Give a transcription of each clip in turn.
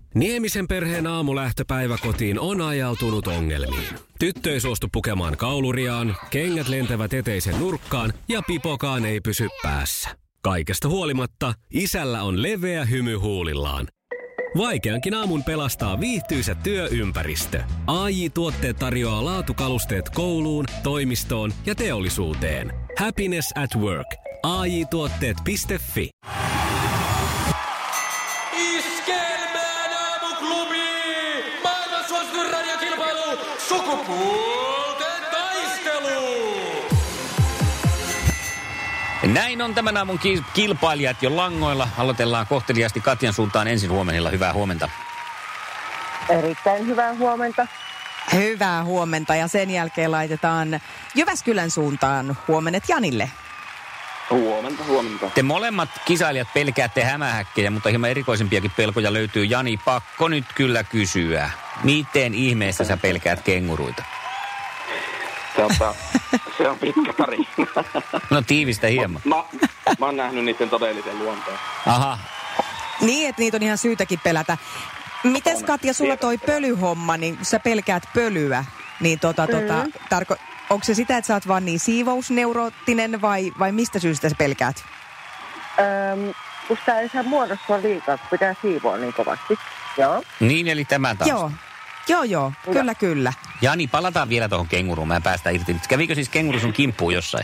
Niemisen perheen aamulähtöpäivä kotiin on ajautunut ongelmiin. Tyttö ei suostu pukemaan kauluriaan, kengät lentävät eteisen nurkkaan ja pipokaan ei pysy päässä. Kaikesta huolimatta, isällä on leveä hymy huulillaan. Vaikeankin aamun pelastaa viihtyisä työympäristö. AJ-tuotteet tarjoaa laatukalusteet kouluun, toimistoon ja teollisuuteen. Happiness at work. AJ-tuotteet.fi. Iskelmään aamuklubi! Maailman suosituin radiokilpailu! Sukupuolten taistelu! Näin on tämän aamun kilpailijat jo langoilla. Aloitellaan kohteliaasti Katjan suuntaan ensin huomenilla. Hyvää huomenta. Erittäin hyvää huomenta. Hyvää huomenta ja sen jälkeen laitetaan Jyväskylän suuntaan huomenet Janille. Huomenta. Te molemmat kisailijat pelkäätte hämähäkkejä, mutta hieman erikoisempiakin pelkoja löytyy. Jani, pakko nyt kyllä kysyä. Miten ihmeessä sä pelkäät kenguruita? Se on pitkä tarina. No tiivistä hieman. Mä oon nähnyt niiden todellisen luonteen. Aha. Niin, että niitä on ihan syytäkin pelätä. Mites Katja, sulla toi pölyhomma, niin sä pelkäät pölyä, niin onko se sitä, että sä oot vaan niin siivousneuroottinen vai mistä syystä sä pelkäät? Kun sitä ei saa muodostua liikaa, kun pitää siivoa niin kovasti. Joo. Niin, eli tämä taas. Joo, kyllä. Jani, palataan vielä tuohon kenguruun, mä en päästä irti. Kävikö siis kenguru sun kimppuun jossain?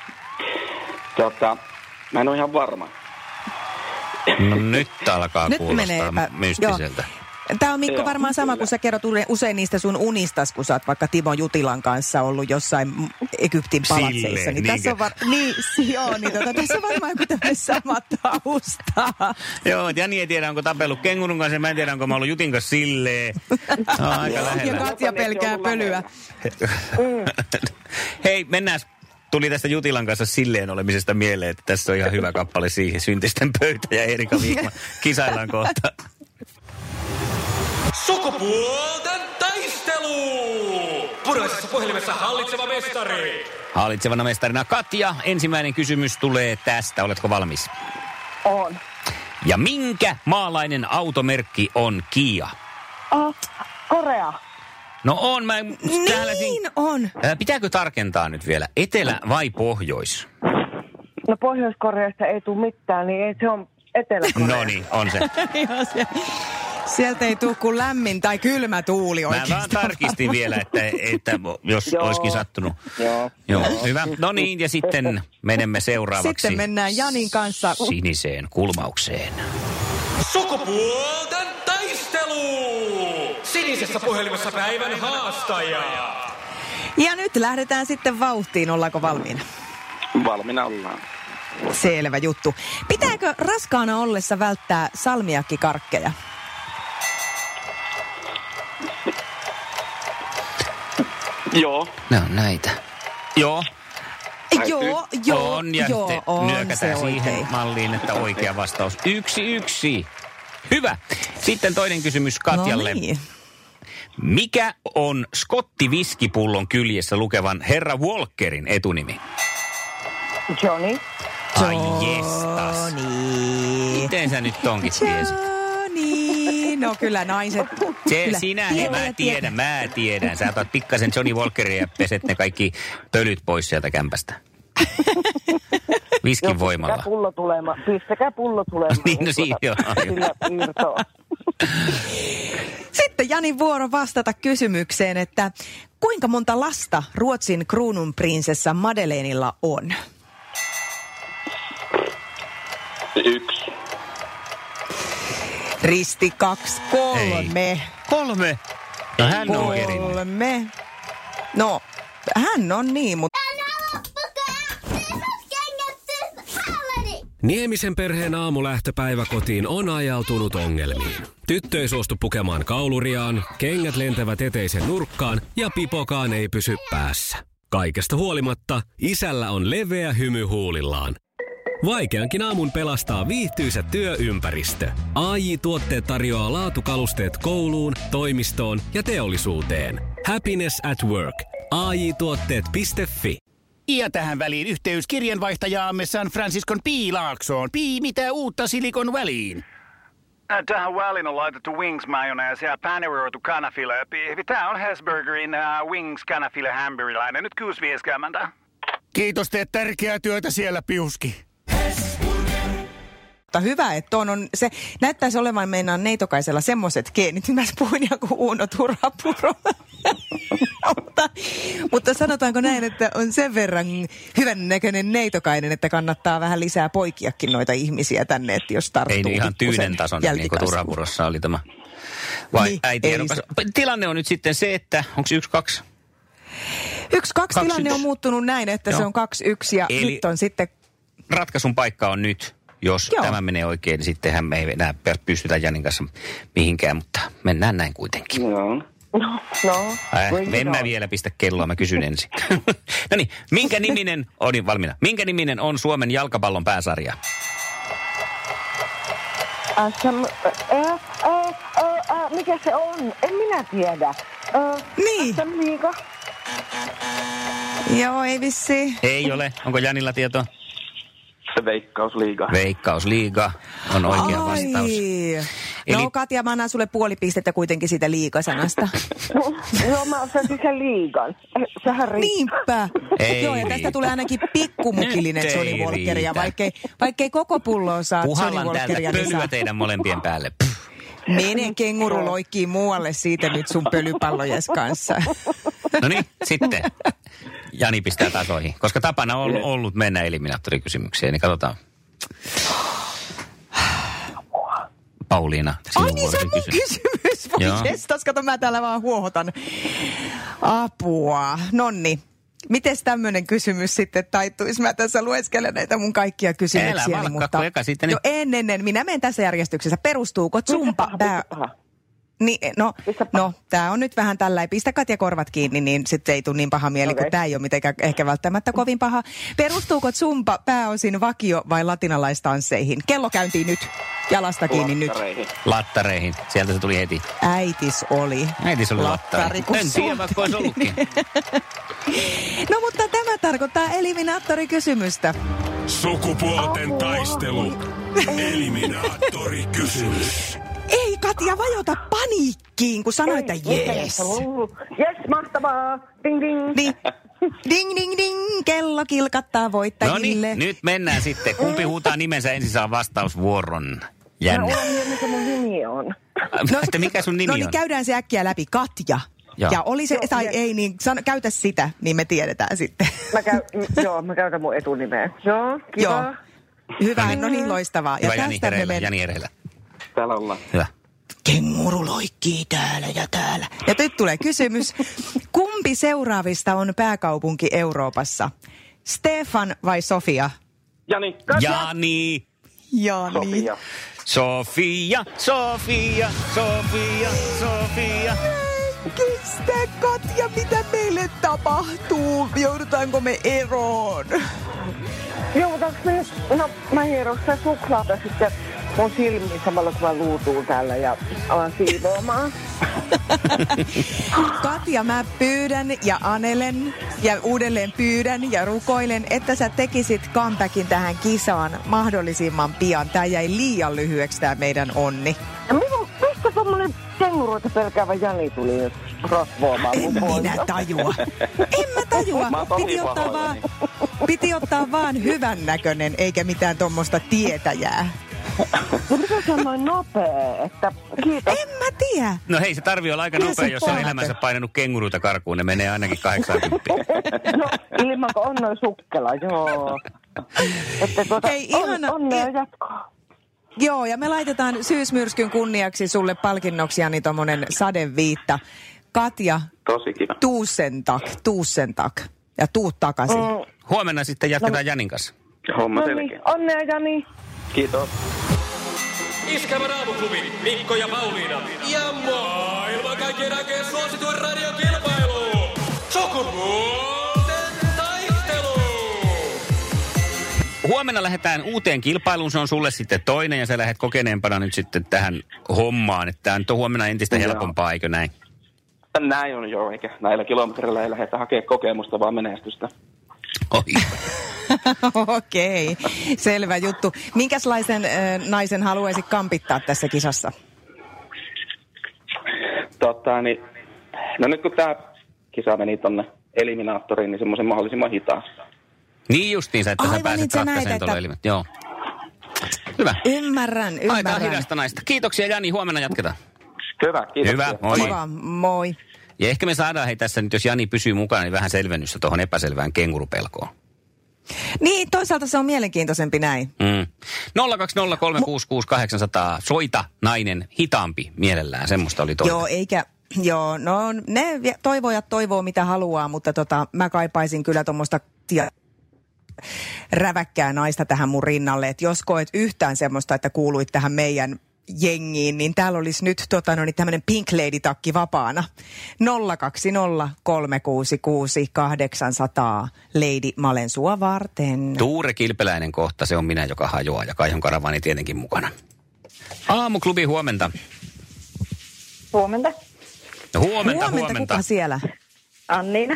Mä en ole ihan varma. No nyt alkaa kuulostaa mystiseltä. Tämä on Mikko varmaan sama, kun sä kerrot usein niistä sun unistas, kun sä oot vaikka Timo Jutilan kanssa ollut jossain Egyptin palatseissa. Niin tässä on tässä on varmaan joku tämmöinen sama tausta. Joo, Jani ei tiedä, onko tapellut kengurun kanssa, mä en tiedä, onko mä ollut Jutin kanssa silleen. Aika lähellä. Ja Katja pelkää pölyä. Hei, mennään. Tuli tästä Jutilan kanssa silleen olemisesta mieleen, että tässä on ihan hyvä kappale siihen. Syntisten pöytä ja Erika Viikman. Kisaillaan kohta. Sukupuolten taistelu! Punaisessa puhelimessa hallitseva mestari. Hallitsevana mestarina Katja. Ensimmäinen kysymys tulee tästä. Oletko valmis? On. Ja minkä maalainen automerkki on Kia? Korea. No on, Niin on. Pitääkö tarkentaa nyt vielä? Etelä vai pohjois? No Pohjois-Koreasta ei tule mitään, niin se on Etelä-Korea. No niin, on se. Sieltä ei tule kuin lämmin tai kylmä tuuli oikeastaan. Mä vaan tarkistin vielä, että jos olisikin sattunut. Joo, hyvä. No niin, ja sitten menemme seuraavaksi. Sitten mennään Janin kanssa siniseen kulmaukseen. Sukupuolten taistelu! Sinisessä puhelimessa päivän haastaja. Ja nyt lähdetään sitten vauhtiin. Ollaanko valmiina? Valmiina ollaan. Selvä juttu. Pitääkö raskaana ollessa välttää salmiakkikarkkeja? Joo. Ne on näitä. Joo. Joo. On, ja sitten nyökätään siihen oikein malliin, että oikea vastaus. 1-1. Hyvä. Sitten toinen kysymys Katjalle. No niin. Mikä on Scotti-viskipullon kyljessä lukevan herra Walkerin etunimi? Johnny. Ai jestas. Miten sä nyt tonkin tiesit? No kyllä naiset. Mä tiedän. Sä otat pikkasen Johnny Walkeria ja peset ne kaikki pölyt pois sieltä kämpästä. Viskin voimalla. Pistäkää pullo tulemaan. Niin, no siinä jo. Sitten Janin vuoro vastata kysymykseen, että kuinka monta lasta Ruotsin kruununprinsessa Madeleinilla on? 1. Risti 2, 3. 3? No hän on eri. 3. No, hän on niin, mutta... Niemisen perheen aamulähtöpäivä kotiin on ajautunut ongelmiin. Tyttö ei suostu pukemaan kauluriaan, kengät lentävät eteisen nurkkaan ja pipokaan ei pysy päässä. Kaikesta huolimatta, isällä on leveä hymy huulillaan. Vaikeankin aamun pelastaa viihtyisä työympäristö. AJ-tuotteet tarjoaa laatukalusteet kouluun, toimistoon ja teollisuuteen. Happiness at work. AJ-tuotteet.fi. Ja tähän väliin yhteys kirjanvaihtajaamme San Franciscon P. Laaksoon. Mitä uutta Silicon Valleyin? Tähän väliin on laitettu wings mayonnaise ja paneroitu kanafila. Tämä on Hesburgerin wings kanafila hamburilainen. Nyt 6.50. Kiitos, teet tärkeää työtä siellä, Piuski. Mutta hyvä, että on se näyttäisi olevan meinaan Neitokaisella semmoiset geenit. Mä puhuin joku Uuno Turhapuro. mutta sanotaanko näin, että on sen verran hyvän näköinen Neitokainen, että kannattaa vähän lisää poikiakin noita ihmisiä tänne, että jos tarttuu. Ei niin ihan Tyynen tasoinen, niin kuin Turhapurossa oli tämä. Vai niin, äitiedokas. Tilanne on nyt sitten se, että onko 1-2? 1-2 tilanne on muuttunut näin, että se on 2-1 ja eli nyt on sitten... Ratkaisun paikka on nyt. Jos tämä menee oikein, niin sittenhän me ei enää pystytä Janin kanssa mihinkään, mutta mennään näin kuitenkin. No. En mä vielä pistä kelloa, mä kysyn ensin. No niin, minkä niminen on Suomen jalkapallon pääsarja? Mikä se on? En minä tiedä. Niin. SM-liiga. Joo, ei vissi. Ei ole. Onko Janilla tieto? Veikkausliiga. Veikkausliiga on oikea vastaus. No Katja, mä annan sulle puoli pistettä kuitenkin siitä liigasanasta. Joo, mä osasin sen liigan. Sehän riittää. Niinpä. Joo, ja tästä tulee ainakin pikkumukillinen Johnny Walkeria, vaikkei koko pulloa saa Johnny Walkeria. Puhallan pölyä teidän molempien päälle. Mene kenguru loikkii muualle siitä nyt sun pölypallojes kanssa. No niin, sitten. Jani pistää tasoihin. Koska tapana on ollut mennä eliminaattorikysymykseen, niin katsotaan. Pauliina. Ai niin, se on mun kysymys. Voi jestas, kato mä täällä vaan huohotan. Apua. Nonni. Mites tämmönen kysymys sitten taittuisi? Mä tässä lueskelen näitä mun kaikkia kysymyksiä. Älä valkkaa, eka sitten. Jo ennen. Minä menen tässä järjestyksessä. Perustuuko zumba... Niin, no, tää on nyt vähän tällä, pistä Katja korvat kiinni, niin sitten ei tule niin paha mieli, kun tää ei ole mitenkään ehkä välttämättä kovin paha. Perustuuko zumba pääosin vakio- vai latinalaistansseihin? Kello käyntiin nyt. Jalasta kiinni nyt. Lattareihin. Sieltä se tuli heti. Äitis oli lattari. En tiedä, vaikka olisi ollutkin. No, mutta tämä tarkoittaa eliminaattorikysymystä. Sukupuolten taistelu. Eliminaattorikysymys. Ei Katja, vajota paniikkiin, kun sanoit, että jees. Jes, mahtavaa. Ding, ding. Niin. Ding, ding, ding. Kello kilkattaa voittajille. No niin, nyt mennään sitten. Kumpi huutaa nimensä ensin saa vastausvuoron. Jännä. Mä olen mikä mun nimi on. No, että mikä sun nimi on? No niin, käydään se äkkiä läpi. Katja. Joo. Ja oli se, tai ei, niin käytä sitä, niin me tiedetään sitten. Mä käytän mun etunimeä. Joo, kiva. Joo. Hyvä, no niin, loistavaa. Hyvä, Jani hereillä. Täällä ollaan. Hyvä. Kenguru loikkii täällä ja täällä. Ja nyt tulee kysymys. Kumpi seuraavista on pääkaupunki Euroopassa? Stefan vai Sofia? Jani. Sofia. Kistä, Katja, mitä meille tapahtuu? Joudutaanko me eroon? Joudutaanko me nyt? No, mä hieron sitä suklaata sitten mun silmiin samalla, kun mä luutuun täällä ja alan siivoamaan. Katja, mä pyydän ja anelen ja uudelleen pyydän ja rukoilen, että sä tekisit comebackin tähän kisaan mahdollisimman pian. Tää jäi liian lyhyeksi tää meidän onni. Ja mistä tommonen kenguruita pelkäävä Jani tuli nyt rosvoamaan mun poissa? En minä tajua. Piti ottaa vaan hyvän näköinen, eikä mitään tommoista tietäjää. No mitä se on noin nopea, että kiitos. En mä tiedä. No hei, se tarvii olla aika nopea, jos on elämänsä painanut kenguruita karkuun. Ne menee ainakin 80. No, ilmanko on noin sukkela, joo. Että hei, ihana. Onnea jatkoa. Joo, ja me laitetaan syysmyrskyn kunniaksi sulle palkinnoksi, niin tommonen sadeviitta. Katja. Tosi kiva. Tuusen tak. Ja tuut takaisin. Huomenna sitten jatketaan Janin kanssa. Homma selkeä. Onnea Jani. Kiitos. Iskelmän aamuklubi, Mikko ja Pauliina. Ja maailman kaikkien aikeen suosituen radiokilpailu. Sukupuolten taistelu. Huomenna lähdetään uuteen kilpailuun. Se on sulle sitten toinen ja sä lähdet kokeneempana nyt sitten tähän hommaan. Että tämä nyt on huomenna entistä helpompaa, eikö näin? Näin on joo, eikä näillä kilometreillä ei lähdetä hakemaan kokemusta, vaan menestystä. Oi. Okei, selvä juttu. Minkälaisen naisen haluaisit kampittaa tässä kisassa? No nyt kun tämä kisa meni tonne eliminaattoriin, niin semmoisen mahdollisimman hitaan. Niin justiinsa, että sä pääset ratkaisemaan tuolla elimet. Joo. Hyvä. Ymmärrän. Aika hidasta naista. Kiitoksia Jani, huomenna jatketaan. Hyvä, kiitos. Hyvä, moi. Kiva, moi. Ja ehkä me saadaan tässä nyt, jos Jani pysyy mukana, niin vähän selvennystä tuohon epäselvään kengurupelkoon. Niin, toisaalta se on mielenkiintoisempi näin. 020366800. Soita nainen hitaampi mielellään, semmoista oli toinen. No ne toivojat toivoo mitä haluaa, mutta mä kaipaisin kyllä tuommoista räväkkää naista tähän mun rinnalle. Että jos koet yhtään semmoista, että kuuluit tähän meidän jengiin, niin täällä olisi nyt tämmöinen Pink Lady-takki vapaana. 020366800. Lady, mä olen sua varten. Tuure Kilpeläinen kohta, se on minä, joka hajoaa, ja Kaihon Karavani tietenkin mukana. Aamuklubi, huomenta. Huomenta. Huomenta. Kuka siellä? Anniina.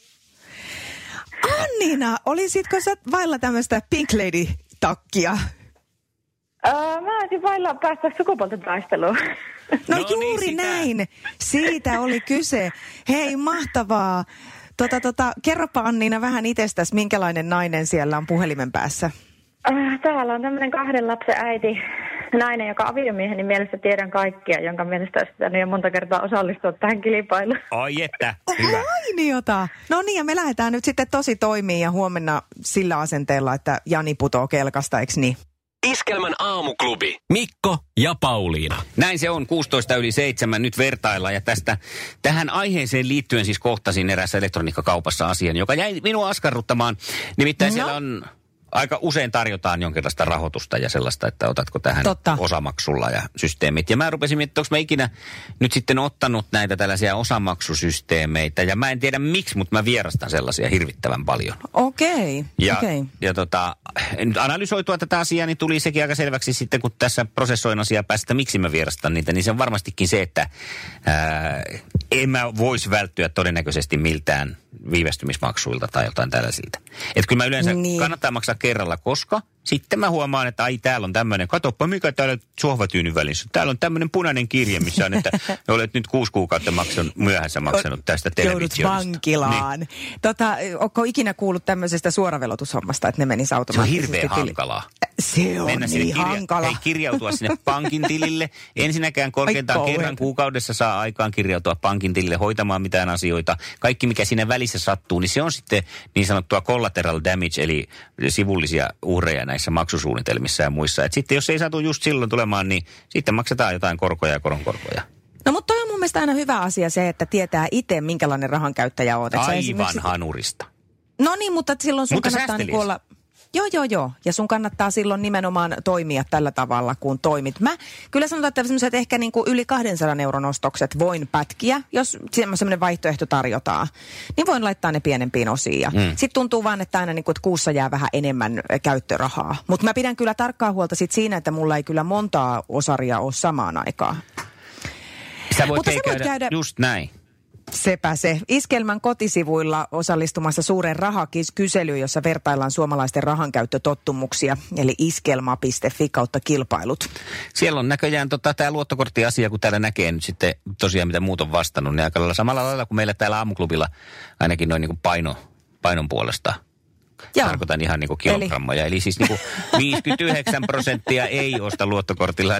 Anniina, olisitko sä vailla tämmöistä Pink Lady-takkia? Mä olisin vailla päästä sukupuolten-taisteluun. No juuri niin näin. Siitä oli kyse. Hei, mahtavaa. Kerropa Anniina vähän itsestäsi, minkälainen nainen siellä on puhelimen päässä? Täällä on tämmöinen 2 lapsen äiti, nainen, joka aviomieheni mielestä tiedän kaikkia, jonka mielestä olisi pitänyt jo monta kertaa osallistua tähän kilpailuun. Ai että, hyvä. Mainiota. No niin, ja me lähdetään nyt sitten tosi toimiin ja huomenna sillä asenteella, että Jani putoo kelkasta, eikö niin? Iskelmän aamuklubi. Mikko ja Pauliina. Näin se on, 7:16 nyt vertaillaan. Ja tähän aiheeseen liittyen siis kohtasin eräässä elektroniikkakaupassa asian, joka jäi minua askarruttamaan. Nimittäin siellä on aika usein tarjotaan jonkinlaista rahoitusta ja sellaista, että otatko tähän osamaksulla ja systeemit. Ja mä rupesin miettimään, onko mä ikinä nyt sitten ottanut näitä tällaisia osamaksusysteemeitä. Ja mä en tiedä miksi, mutta mä vierastan sellaisia hirvittävän paljon. Okei. Ja nyt analysoitua tätä asiaa, niin tuli sekin aika selväksi sitten, kun tässä prosessoin asiaa päästä, miksi mä vierastan niitä. Niin se on varmastikin se, että en mä voisi välttyä todennäköisesti miltään viivästymismaksuilta tai jotain tällaisilta. Että kyllä mä yleensä kannattaa maksaa kerralla, koska sitten mä huomaan, että täällä on tämmöinen, katoppa mikä täällä sohvatyynin välissä. Täällä on tämmöinen punainen kirje, missä on, että olet nyt 6 kuukautta myöhässä maksanut tästä televisiosta. Joudut vankilaan. Niin. Onko ikinä kuullut tämmöisestä suoravelotushommasta, että ne menis automaattisesti? Se on hirveän hankalaa. Se on niin hankala. Ei kirjautua sinne pankin tilille. Ensinnäkään korkeintaan kerran kuukaudessa saa aikaan kirjautua pankin tilille hoitamaan mitään asioita. Kaikki mikä siinä välissä sattuu, niin se on sitten niin sanottua collateral damage, eli sivullisia uhreja näissä maksusuunnitelmissa ja muissa. Et sitten jos ei satu just silloin tulemaan, niin sitten maksetaan jotain korkoja ja koronkorkoja. No mutta toi on mun mielestä aina hyvä asia se, että tietää itse minkälainen rahankäyttäjä oot. Aivan hanurista. No niin, mutta silloin sun kannattaa niin olla... Joo. Ja sun kannattaa silloin nimenomaan toimia tällä tavalla, kun toimit. Mä kyllä sanotaan, että sellaiset ehkä niin kuin yli 200 euron ostokset voin pätkiä, jos semmoinen vaihtoehto tarjotaan. Niin voin laittaa ne pienempiin osiin. Sitten tuntuu vaan, että aina niin kuin, että kuussa jää vähän enemmän käyttörahaa. Mutta mä pidän kyllä tarkkaa huolta sit siinä, että mulla ei kyllä montaa osaria ole samaan aikaan. Sä voit käydä just näin. Sepä se. Iskelmän kotisivuilla osallistumassa suuren rahakyselyyn, jossa vertaillaan suomalaisten rahankäyttötottumuksia, eli iskelma.fi/kilpailut. Siellä on näköjään tämä luottokorttiasia, kun täällä näkee nyt sitten tosiaan mitä muut on vastannut, niin aika lailla samalla lailla kuin meillä täällä aamuklubilla ainakin noin niin kuin painon puolesta. Joo. Tarkoitan ihan niin kuin kilogrammoja. Eli siis niin kuin 59% ei osta luottokortilla,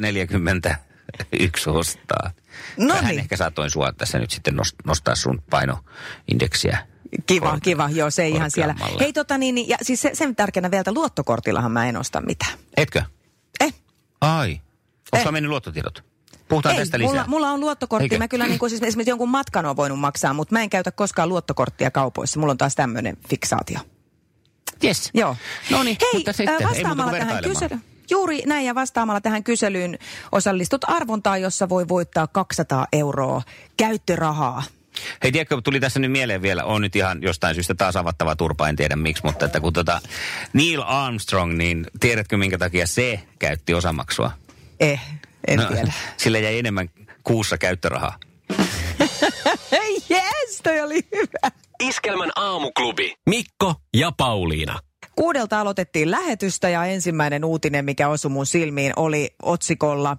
41 ostaa. Vähän ehkä saatoin sua tässä nyt sitten nostaa sun painoindeksiä. Kiva. Joo, se ei ihan siellä. Hei ja siis sen tärkeänä vielä, että luottokortillahan mä en osta mitään. Etkö? Ai. Onko mennyt luottotiedot? Puhutaan tästä lisää. Mulla on luottokortti. Eikä? Mä kyllä niin kuin siis esimerkiksi jonkun matkan on voinut maksaa, mutta mä en käytä koskaan luottokorttia kaupoissa. Mulla on taas tämmöinen fiksaatio. Yes. Joo. Noniin, mutta sitten vastaamalla tähän kyselyyn. Juuri näin, ja vastaamalla tähän kyselyyn osallistut arvontaan, jossa voi voittaa 200 € käyttörahaa. Hei, tiedätkö, tuli tässä nyt mieleen vielä, on nyt ihan jostain syystä taas avattava turpa, en tiedä miksi, mutta että kun Neil Armstrong, niin tiedätkö minkä takia se käytti osamaksua? En tiedä. Sillä jäi enemmän kuussa käyttörahaa. Yes, toi oli hyvä. Iskelmän aamuklubi. Mikko ja Pauliina. 6 aloitettiin lähetystä ja ensimmäinen uutinen, mikä osui mun silmiin, oli otsikolla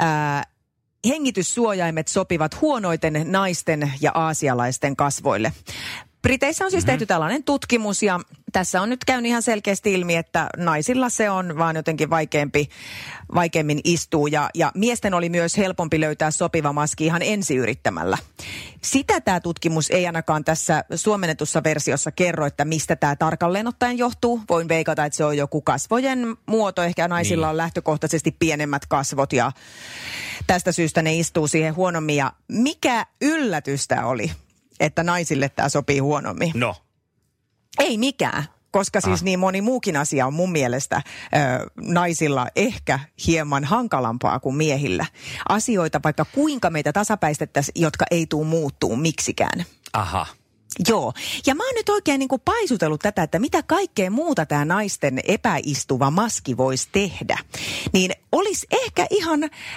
hengityssuojaimet sopivat huonoiten naisten ja aasialaisten kasvoille. Briteissä on siis tehty tällainen tutkimus ja tässä on nyt käynyt ihan selkeästi ilmi, että naisilla se on vaan jotenkin vaikeammin istuu ja miesten oli myös helpompi löytää sopiva maski ihan ensi yrittämällä. Sitä tämä tutkimus ei ainakaan tässä suomennetussa versiossa kerro, että mistä tämä tarkalleen ottaen johtuu. Voin veikata, että se on joku kasvojen muoto. Ehkä naisilla on lähtökohtaisesti pienemmät kasvot ja tästä syystä ne istuu siihen huonommin. Ja mikä yllätys tämä oli, että naisille tämä sopii huonommin? No. Ei mikään, koska siis niin moni muukin asia on mun mielestä naisilla ehkä hieman hankalampaa kuin miehillä. Asioita vaikka kuinka meitä tasapäistettäisiin, jotka ei tule muuttuu miksikään. Aha. Joo, ja mä oon nyt oikein niin kuin paisutellut tätä, että mitä kaikkea muuta tämä naisten epäistuva maski voisi tehdä. Niin olisi ehkä ihan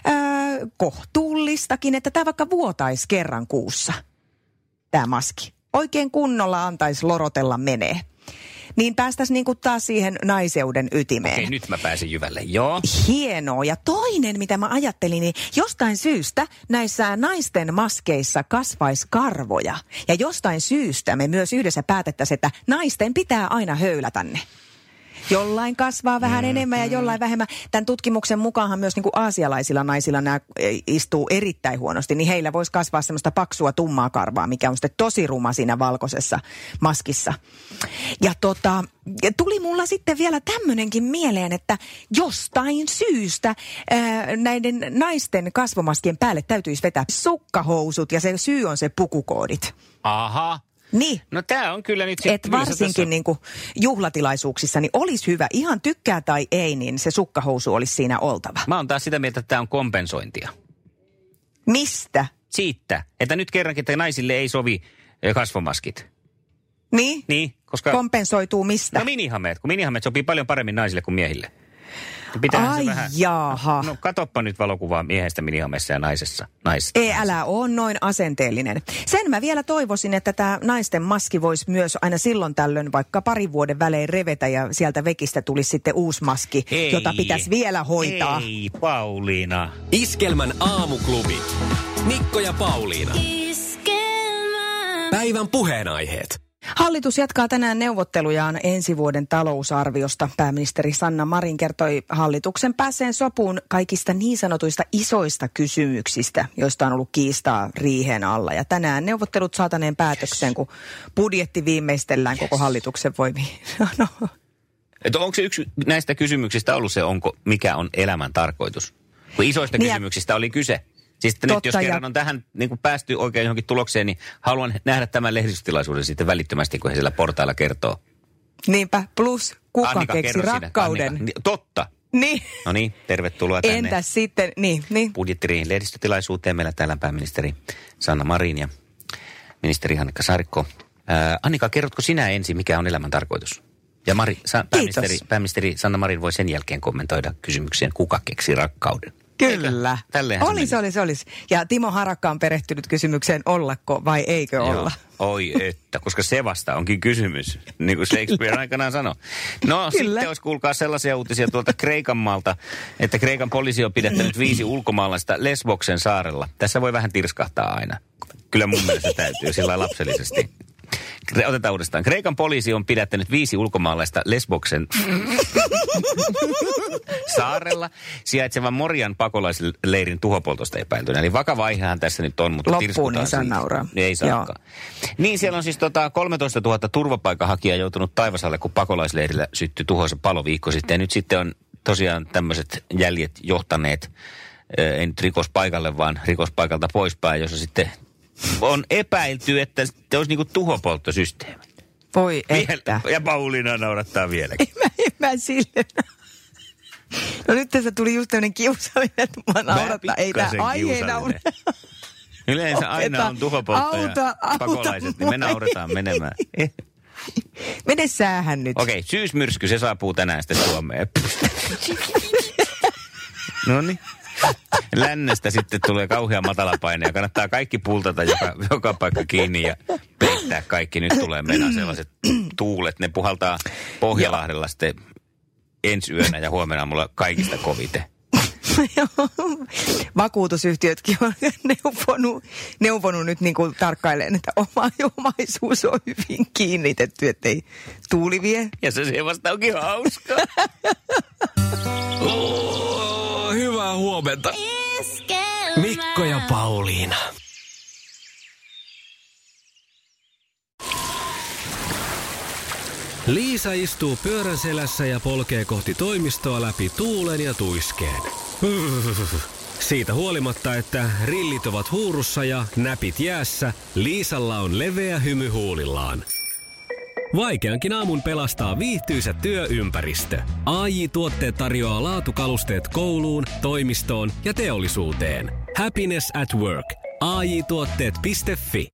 kohtuullistakin, että tämä vaikka vuotaisi kerran kuussa, tämä maski. Oikein kunnolla antaisi lorotella menee. Niin päästäisiin niinku taas siihen naiseuden ytimeen. Okei, nyt mä pääsin jyvälle, joo. Hienoa. Ja toinen, mitä mä ajattelin, niin jostain syystä näissä naisten maskeissa kasvaisi karvoja. Ja jostain syystä me myös yhdessä päätettäisiin, että naisten pitää aina höylätä ne. Jollain kasvaa vähän enemmän ja jollain vähemmän. Tämän tutkimuksen mukaanhan myös niin kuin aasialaisilla naisilla nämä istuu erittäin huonosti, niin heillä voisi kasvaa semmoista paksua tummaa karvaa, mikä on sitten tosi ruma siinä valkoisessa maskissa. Ja tuli mulla sitten vielä tämmöinenkin mieleen, että jostain syystä näiden naisten kasvomaskien päälle täytyisi vetää sukkahousut ja se syy on se pukukoodit. Aha. Niin. No tää on kyllä nyt... Että varsinkin niinku juhlatilaisuuksissa, niin olisi hyvä, ihan tykkää tai ei, niin se sukkahousu olisi siinä oltava. Mä oon taas sitä mieltä, että tää on kompensointia. Mistä? Siitä, että nyt kerrankin, että naisille ei sovi kasvomaskit. Niin? Niin, koska... Kompensoituu mistä? No minihameet, kun minihameet sopii paljon paremmin naisille kuin miehille. Pitäähän se vähän... jaha. No katoppa nyt valokuvaa miehestä minihamessa ja naisesta. Ei, älä ole noin asenteellinen. Sen mä vielä toivoisin, että tämä naisten maski voisi myös aina silloin tällöin vaikka 2 vuoden välein revetä ja sieltä vekistä tulisi sitten uusi maski, jota pitäisi vielä hoitaa. Ei, Pauliina. Iskelmän aamuklubi. Mikko ja Pauliina. Päivän puheenaiheet. Hallitus jatkaa tänään neuvottelujaan ensi vuoden talousarviosta. Pääministeri Sanna Marin kertoi hallituksen päässeen sopuun kaikista niin sanotuista isoista kysymyksistä, joista on ollut kiistaa riihen alla. Ja tänään neuvottelut saataneen päätökseen, kun budjetti viimeistellään koko hallituksen voimiin. No. Että onko se yksi näistä kysymyksistä ollut se, mikä on elämän tarkoitus? Kun isoista kysymyksistä oli kyse. Siis nyt jos kerran on tähän niin kuin päästy oikein johonkin tulokseen, niin haluan nähdä tämän lehdistötilaisuuden sitten välittömästi, kun he siellä portailla kertoo. Niinpä, plus kuka Annika, keksi rakkauden. Annika. Totta. Niin. No niin, tervetuloa tänne. Entäs sitten, niin. Budjettiriihen lehdistötilaisuuteen. Meillä täällä pääministeri Sanna Marin ja ministeri Annika Saarikko. Annika, kerrotko sinä ensin, mikä on elämän tarkoitus? Ja pääministeri Sanna Marin voi sen jälkeen kommentoida kysymykseen, kuka keksi rakkauden. Kyllä. Olisi. Ja Timo Harakka on perehtynyt kysymykseen, ollako vai eikö olla. Oi että, koska se vasta onkin kysymys, niin kuin Shakespeare aikanaan sanoi. No kyllä. Sitten olisi kuulkaa sellaisia uutisia tuolta Kreikan maalta, että Kreikan poliisi on pidättänyt 5 ulkomaalaista Lesboksen saarella. Tässä voi vähän tirskahtaa aina. Kyllä mun mielestä täytyy sillä lapsellisesti. Otetaan uudestaan. Kreikan poliisi on pidättänyt 5 ulkomaalaista Lesboksen saarella sijaitsevan Morian pakolaisleirin tuhopoltosta epäiltynä. Eli vakava aihehan tässä nyt on, mutta loppuun ei saa nauraa. Ei saakaan. Niin siellä on siis 13 000 turvapaikanhakijaa joutunut taivasalle, kun pakolaisleirillä syttyi tuhoisa palo viikko sitten. Ja nyt sitten on tosiaan tämmöiset jäljet johtaneet, ei nyt rikospaikalle, vaan rikospaikalta poispäin, jossa sitten on epäilty, että olisi niinku tuhopolttosysteemi. Voi että. Ja Pauliina naurattaa vieläkin. Mä sille. No nyt tässä tuli just tämmöinen kiusallinen, että mä naurattaa. Ei tää aihe naurata. Yleensä aina on tuhopoltto ja pakolaiset, niin me naurataan menemään. Mene säähän nyt. Okei, syysmyrsky, se saapuu tänään sitten Suomeen. Noniin. Lännestä sitten tulee kauhea matalapaine ja kannattaa kaikki pultata joka paikka kiinni ja peittää kaikki. Nyt tulee mennä sellaiset tuulet, ne puhaltaa Pohjalahdella sitten ensi yönä ja huomenna aamulla kaikista kovite. Vakuutusyhtiötkin on neuvonut nyt niin kuin tarkkailemaan, että omaisuus on hyvin kiinnitetty, ettei tuuli vie. Ja se vasta onkin hauskaa. Hyvää huomenta. Mikko ja Pauliina. Liisa istuu pyörän selässä ja polkee kohti toimistoa läpi tuulen ja tuiskeen. Siitä huolimatta, että rillit ovat huurussa ja näpit jäässä, Liisalla on leveä hymy huulillaan. Vaikeankin aamun pelastaa viihtyisä työympäristö. AJ-tuotteet tarjoaa laatukalusteet kouluun, toimistoon ja teollisuuteen. Happiness at work. AJ-tuotteet.fi